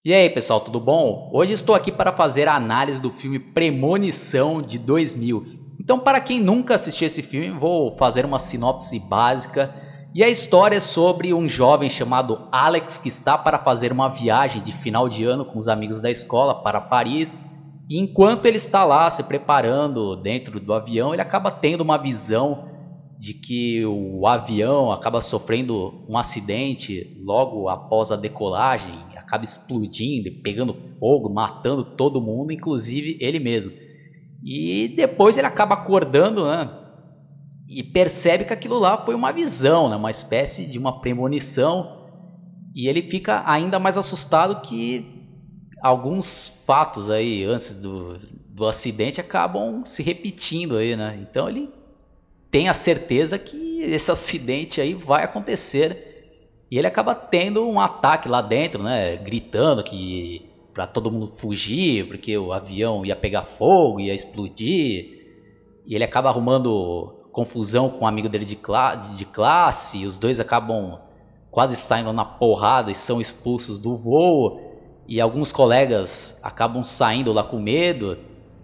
E aí, pessoal, tudo bom? Hoje estou aqui para fazer a análise do filme Premonição de 2000. Então, para quem nunca assistiu esse filme, vou fazer uma sinopse básica. E a história é sobre um jovem chamado Alex que está para fazer uma viagem de final de ano com os amigos da escola para Paris. E enquanto ele está lá se preparando dentro do avião, ele acaba tendo uma visão de que o avião acaba sofrendo um acidente logo após a decolagem, acaba explodindo, pegando fogo, matando todo mundo, inclusive ele mesmo. E depois ele acaba acordando, né? E percebe que aquilo lá foi uma visão, né? Uma espécie de uma premonição. E ele fica ainda mais assustado que alguns fatos aí antes do acidente acabam se repetindo aí, né? Então ele tem a certeza que esse acidente aí vai acontecer. E ele acaba tendo um ataque lá dentro, né? Gritando que para todo mundo fugir, porque o avião ia pegar fogo, ia explodir. E ele acaba arrumando confusão com um amigo dele de classe. E os dois acabam quase saindo na porrada e são expulsos do voo. E alguns colegas acabam saindo lá com medo.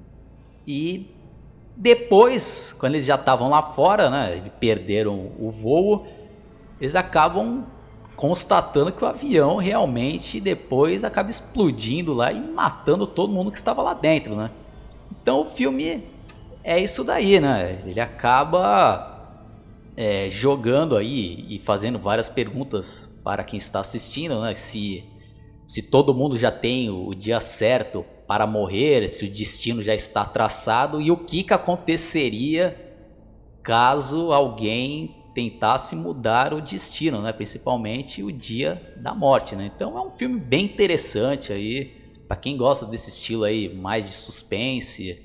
E depois, quando eles já estavam lá fora, né? Eles perderam o voo. Eles acabam constatando que o avião realmente depois acaba explodindo lá e matando todo mundo que estava lá dentro, né? Então o filme é isso daí, né? Ele acaba jogando aí e fazendo várias perguntas para quem está assistindo, né? Se todo mundo já tem o dia certo para morrer, se o destino já está traçado e o que aconteceria caso alguém tentasse mudar o destino, né? Principalmente o dia da morte, né? Então é um filme bem interessante aí para quem gosta desse estilo aí mais de suspense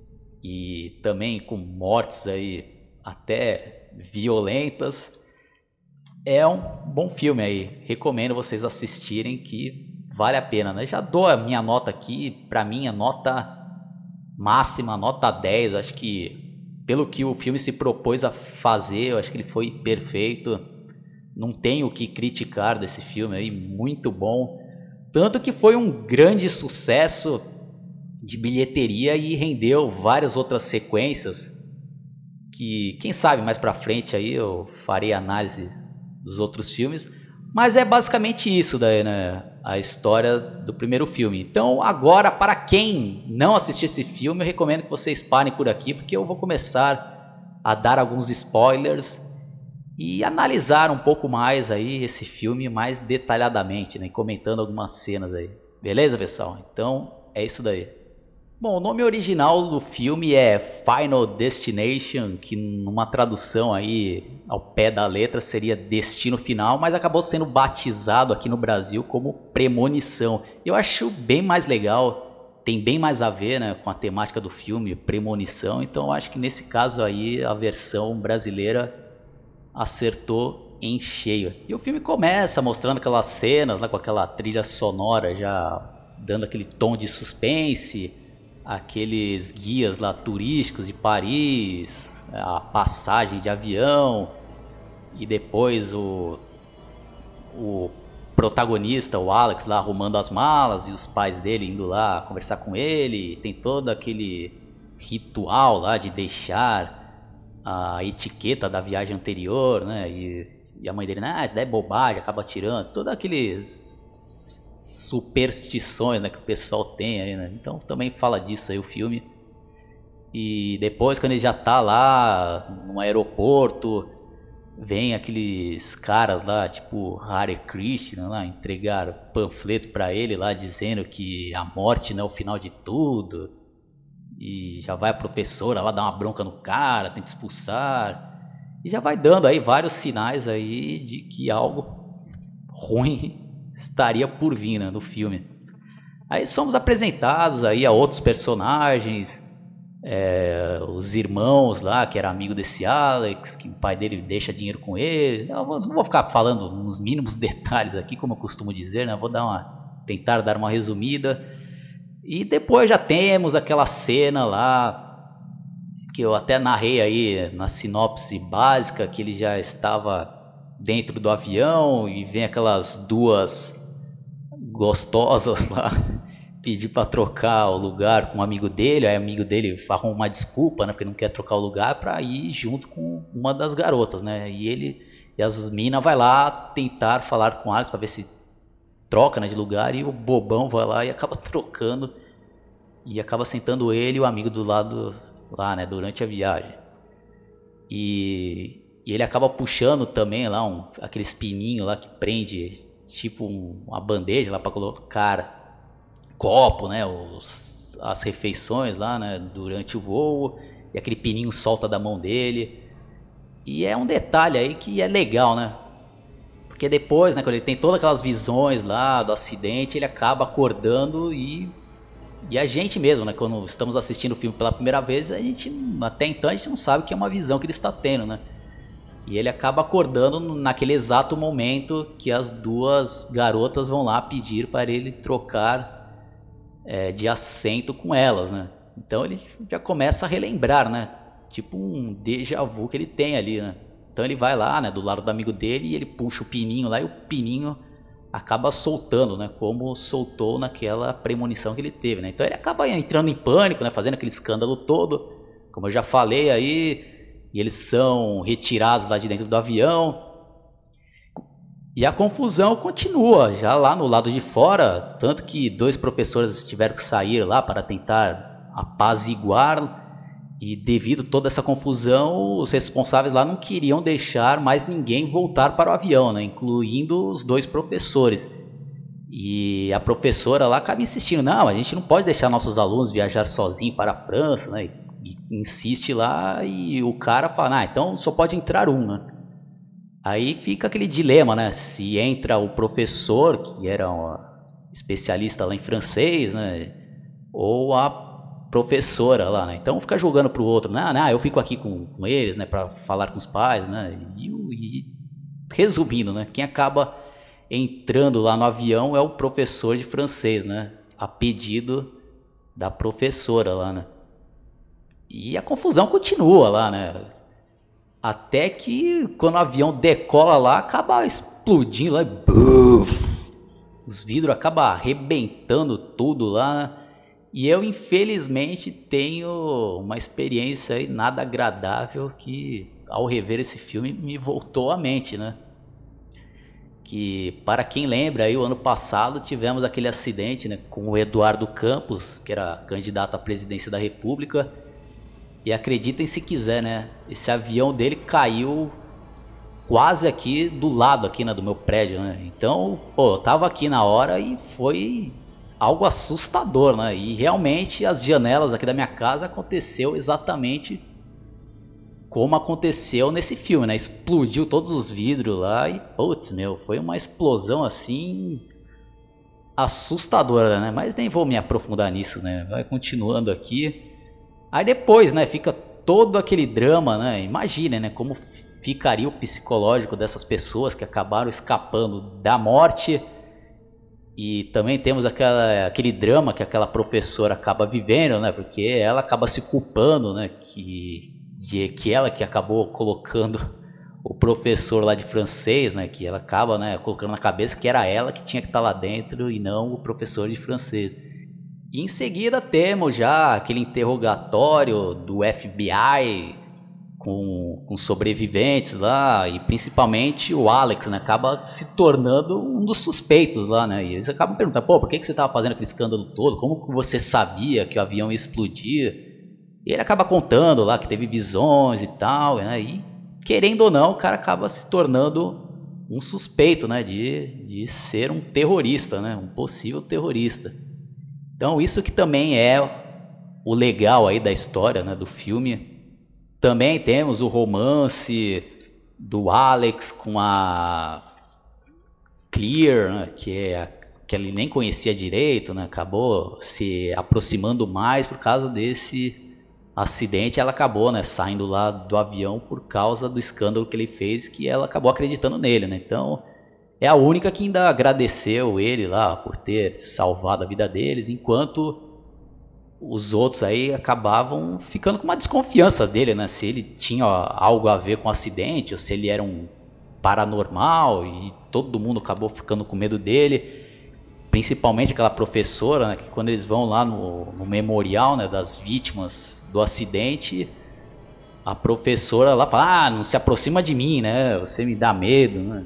e também com mortes aí até violentas. É um bom filme aí, recomendo vocês assistirem que vale a pena, né? Já dou a minha nota aqui, para mim a nota máxima, nota 10. Acho que pelo que o filme se propôs a fazer, eu acho que ele foi perfeito. Não tenho o que criticar desse filme aí, muito bom. Tanto que foi um grande sucesso de bilheteria e rendeu várias outras sequências que quem sabe mais pra frente aí eu farei análise dos outros filmes, mas é basicamente isso daí, né? A história do primeiro filme. Então, agora, para quem não assistiu esse filme, eu recomendo que vocês parem por aqui, porque eu vou começar a dar alguns spoilers e analisar um pouco mais aí esse filme mais detalhadamente, né? Comentando algumas cenas aí. Beleza, pessoal? Então, é isso daí. Bom, o nome original do filme é Final Destination, que numa tradução aí ao pé da letra seria Destino Final, mas acabou sendo batizado aqui no Brasil como Premonição. Eu acho bem mais legal, tem bem mais a ver, né, com a temática do filme, Premonição, então eu acho que nesse caso aí a versão brasileira acertou em cheio. E o filme começa mostrando aquelas cenas lá com aquela trilha sonora já dando aquele tom de suspense, aqueles guias lá turísticos de Paris, a passagem de avião e depois o protagonista, o Alex lá arrumando as malas e os pais dele indo lá conversar com ele, tem todo aquele ritual lá de deixar a etiqueta da viagem anterior, né? E a mãe dele, isso daí é bobagem, acaba tirando, todas aqueles superstições, né, que o pessoal tem aí, né? Então também fala disso aí o filme. E depois quando ele já tá lá no aeroporto, vem aqueles caras lá, tipo Hare Krishna, lá, entregar panfleto pra ele lá dizendo que a morte não é o final de tudo. E já vai a professora lá dar uma bronca no cara, tenta expulsar. E já vai dando aí vários sinais aí de que algo ruim estaria por vir, né, no filme. Aí somos apresentados aí a outros personagens, os irmãos lá, que era amigo desse Alex, que o pai dele deixa dinheiro com ele. Não vou ficar falando nos mínimos detalhes aqui, como eu costumo dizer, né? Vou tentar dar uma resumida. E depois já temos aquela cena lá que eu até narrei aí na sinopse básica, que ele já estava dentro do avião e vem aquelas gostosas lá, pedir para trocar o lugar com um amigo dele. Aí o amigo dele arruma uma desculpa, né, porque não quer trocar o lugar, para ir junto com uma das garotas, né? E as minas vai lá tentar falar com Alex para ver se troca, né, de lugar, e o bobão vai lá e acaba trocando e acaba sentando ele e o amigo do lado lá, né, durante a viagem. E ele acaba puxando também lá aqueles pininhos lá que prende tipo uma bandeja lá para colocar copo, né, as refeições lá, né, durante o voo, e aquele pininho solta da mão dele. E é um detalhe aí que é legal, né? Porque depois, né, quando ele tem todas aquelas visões lá do acidente, ele acaba acordando e a gente mesmo, né, quando estamos assistindo o filme pela primeira vez, até então a gente não sabe que é uma visão que ele está tendo, né? E ele acaba acordando naquele exato momento que as duas garotas vão lá pedir para ele trocar de assento com elas, né? Então ele já começa a relembrar, né? Tipo um déjà vu que ele tem ali, né? Então ele vai lá, né, do lado do amigo dele, e ele puxa o pininho lá e o pininho acaba soltando, né, como soltou naquela premonição que ele teve, né? Então ele acaba entrando em pânico, né, fazendo aquele escândalo todo, como eu já falei aí, e eles são retirados lá de dentro do avião. E a confusão continua, já lá no lado de fora, tanto que dois professores tiveram que sair lá para tentar apaziguar. E devido a toda essa confusão, os responsáveis lá não queriam deixar mais ninguém voltar para o avião, né? Incluindo os dois professores. E a professora lá acaba insistindo, não, a gente não pode deixar nossos alunos viajar sozinhos para a França, né? E insiste lá, e o cara fala, então só pode entrar um, né? Aí fica aquele dilema, né? Se entra o professor, que era um especialista lá em francês, né? Ou a professora lá, né? Então fica jogando pro outro, né? Eu fico aqui com eles, né? Para falar com os pais, né? E resumindo, né? Quem acaba entrando lá no avião é o professor de francês, né? A pedido da professora lá, né? E a confusão continua lá, né? Até que quando o avião decola lá, acaba explodindo lá, os vidros acabam arrebentando tudo lá, né? E eu, infelizmente, tenho uma experiência aí nada agradável que, ao rever esse filme, me voltou à mente, né? Que, para quem lembra, aí, o ano passado tivemos aquele acidente, né, com o Eduardo Campos, que era candidato à presidência da República. E acreditem se quiser, né? Esse avião dele caiu quase aqui do lado aqui, né, do meu prédio, né? Então, pô, eu tava aqui na hora e foi algo assustador, né? E realmente as janelas aqui da minha casa aconteceu exatamente como aconteceu nesse filme, né? Explodiu todos os vidros lá e, putz, meu, foi uma explosão assim assustadora, né? Mas nem vou me aprofundar nisso, né? Vai continuando aqui. Aí depois, né, fica todo aquele drama, né? Imagine, né, como ficaria o psicológico dessas pessoas que acabaram escapando da morte. E também temos aquele drama que aquela professora acaba vivendo, né? Porque ela acaba se culpando, né? Que ela que acabou colocando o professor lá de francês, né? Que ela acaba, né, colocando na cabeça que era ela que tinha que estar lá dentro e não o professor de francês. E em seguida temos já aquele interrogatório do FBI com sobreviventes lá, e principalmente o Alex, né, acaba se tornando um dos suspeitos lá, né? E eles acabam perguntando, pô, por que você estava fazendo aquele escândalo todo? Como que você sabia que o avião ia explodir? E ele acaba contando lá que teve visões e tal, né? E querendo ou não, o cara acaba se tornando um suspeito, né, de ser um terrorista, né? Um possível terrorista. Então isso que também é o legal aí da história, né, do filme. Também temos o romance do Alex com a Clear, né, que ele nem conhecia direito, né, acabou se aproximando mais por causa desse acidente. Ela acabou, né, saindo lá do avião por causa do escândalo que ele fez, que ela acabou acreditando nele, né? Então é a única que ainda agradeceu ele lá por ter salvado a vida deles, enquanto os outros aí acabavam ficando com uma desconfiança dele, né? Se ele tinha algo a ver com o acidente, ou se ele era um paranormal, e todo mundo acabou ficando com medo dele. principalmente aquela professora, né, que quando eles vão lá no memorial, né, das vítimas do acidente, a professora lá fala, não se aproxima de mim, né, você me dá medo, né.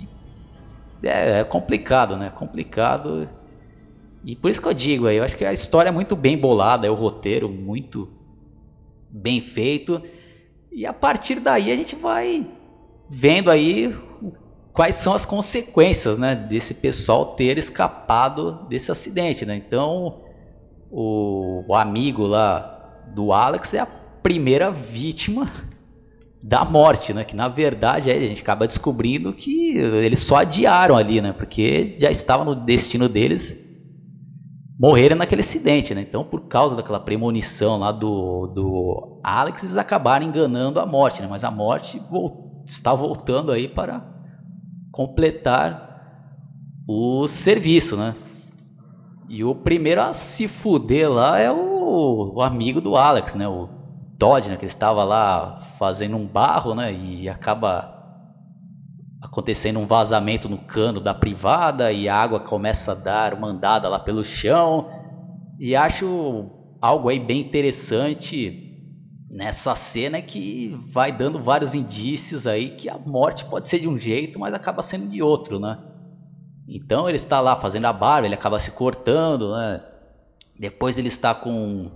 É complicado, né, complicado. E por isso que eu digo aí, eu acho que a história é muito bem bolada, é o roteiro muito bem feito. E a partir daí a gente vai vendo aí quais são as consequências, né, desse pessoal ter escapado desse acidente, né? Então, o amigo lá do Alex é a primeira vítima da morte, né? Que na verdade aí a gente acaba descobrindo que eles só adiaram ali, né? Porque já estava no destino deles morrerem naquele acidente, né? Então, por causa daquela premonição lá do Alex, eles acabaram enganando a morte, né? Mas a morte está voltando aí para completar o serviço, né? E o primeiro a se fuder lá é o amigo do Alex, né? O Todd, né? Que ele estava lá fazendo um barro, né? E acaba acontecendo um vazamento no cano da privada e a água começa a dar uma andada lá pelo chão. E acho algo aí bem interessante nessa cena, que vai dando vários indícios aí que a morte pode ser de um jeito, mas acaba sendo de outro, né? Então ele está lá fazendo a barba, ele acaba se cortando, né? Depois ele está com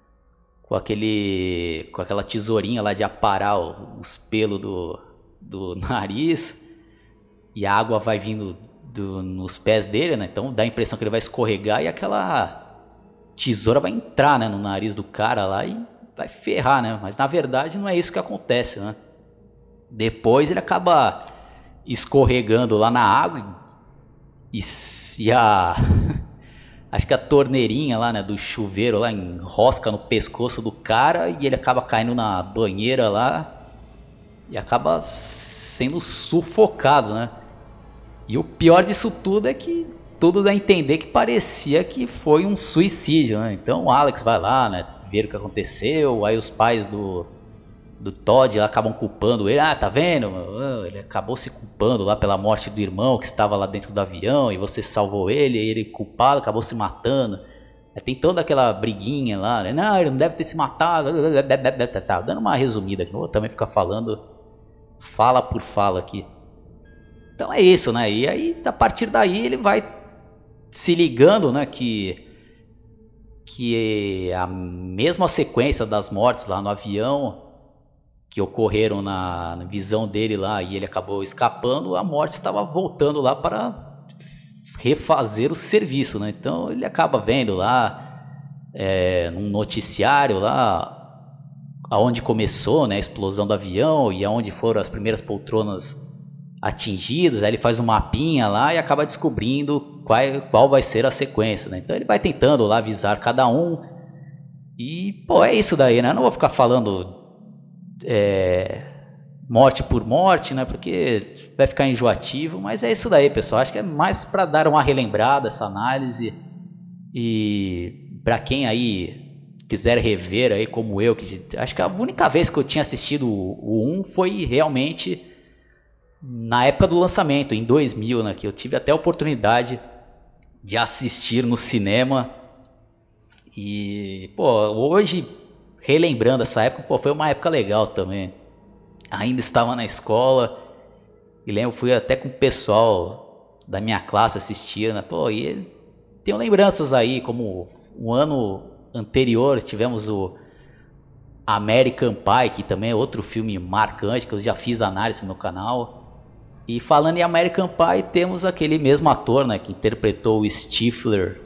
aquela tesourinha lá de aparar os pelos do nariz. E a água vai vindo nos pés dele, né? Então dá a impressão que ele vai escorregar e aquela tesoura vai entrar, né, no nariz do cara lá e vai ferrar, né? Mas na verdade não é isso que acontece, né? Depois ele acaba escorregando lá na água e acho que a torneirinha lá, né, do chuveiro lá enrosca no pescoço do cara e ele acaba caindo na banheira lá e acaba sendo sufocado, né? E o pior disso tudo é que tudo dá a entender que parecia que foi um suicídio, né? Então o Alex vai lá, né, ver o que aconteceu, aí os pais do Todd lá acabam culpando ele. Tá vendo? Ele acabou se culpando lá pela morte do irmão que estava lá dentro do avião e você salvou ele, e ele culpado acabou se matando. Aí tem toda aquela briguinha lá, né? Não, ele não deve ter se matado, tá dando uma resumida aqui, não vou também ficar falando fala por fala aqui. Então é isso, né? E aí, a partir daí, ele vai se ligando, né? Que a mesma sequência das mortes lá no avião que ocorreram na visão dele lá e ele acabou escapando, a morte estava voltando lá para refazer o serviço, né? Então ele acaba vendo lá num noticiário lá aonde começou, né, a explosão do avião e aonde foram as primeiras poltronas atingidas. Aí ele faz um mapinha lá e acaba descobrindo qual vai ser a sequência, né? Então ele vai tentando lá avisar cada um. E, pô, é isso daí, né? Eu não vou ficar falando morte por morte, né? Porque vai ficar enjoativo, mas é isso daí, pessoal. Acho que é mais para dar uma relembrada essa análise. E para quem aí quiser rever aí como eu, que acho que a única vez que eu tinha assistido o 1 foi realmente na época do lançamento, em 2000, né, que eu tive até a oportunidade de assistir no cinema. E, pô, hoje, relembrando essa época, pô, foi uma época legal também. Ainda estava na escola, e lembro, fui até com o pessoal da minha classe assistir, né, pô, e tenho lembranças aí, como um ano anterior tivemos o American Pie, que também é outro filme marcante, que eu já fiz análise no canal. E falando em American Pie, temos aquele mesmo ator, né, que interpretou o Stifler,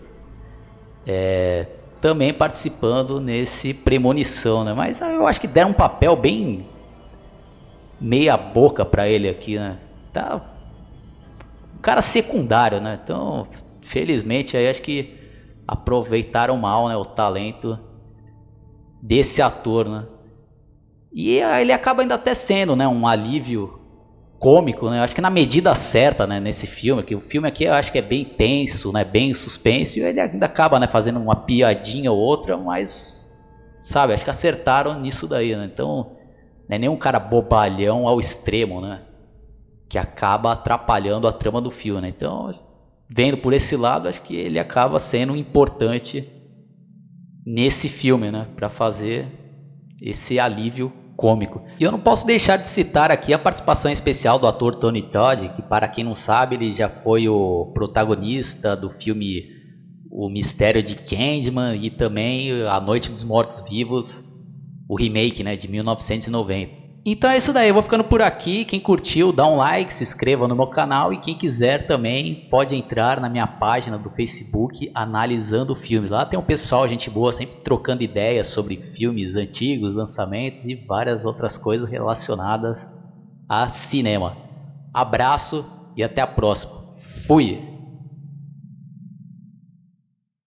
também participando nesse Premonição, né? Mas eu acho que deram um papel bem meia boca pra ele aqui, né? Tá um cara secundário, né? Então, felizmente aí acho que aproveitaram mal, né, o talento desse ator, né? E ele acaba ainda até sendo, né, um alívio cômico, né? Eu acho que na medida certa, né, nesse filme, que o filme aqui eu acho que é bem tenso, né, bem suspense, e ele ainda acaba, né, fazendo uma piadinha ou outra, mas sabe, acho que acertaram nisso daí, né? Então, não é nem um cara bobalhão ao extremo, né, que acaba atrapalhando a trama do filme, né? Então, vendo por esse lado, acho que ele acaba sendo importante nesse filme, né, para fazer esse alívio cômico. E eu não posso deixar de citar aqui a participação especial do ator Tony Todd, que para quem não sabe, ele já foi o protagonista do filme O Mistério de Candyman e também A Noite dos Mortos-Vivos, o remake, né, de 1990. Então é isso daí, eu vou ficando por aqui. Quem curtiu, dá um like, se inscreva no meu canal. E quem quiser também pode entrar na minha página do Facebook Analisando Filmes. Lá tem um pessoal, gente boa, sempre trocando ideias sobre filmes antigos, lançamentos e várias outras coisas relacionadas a cinema. Abraço e até a próxima. Fui!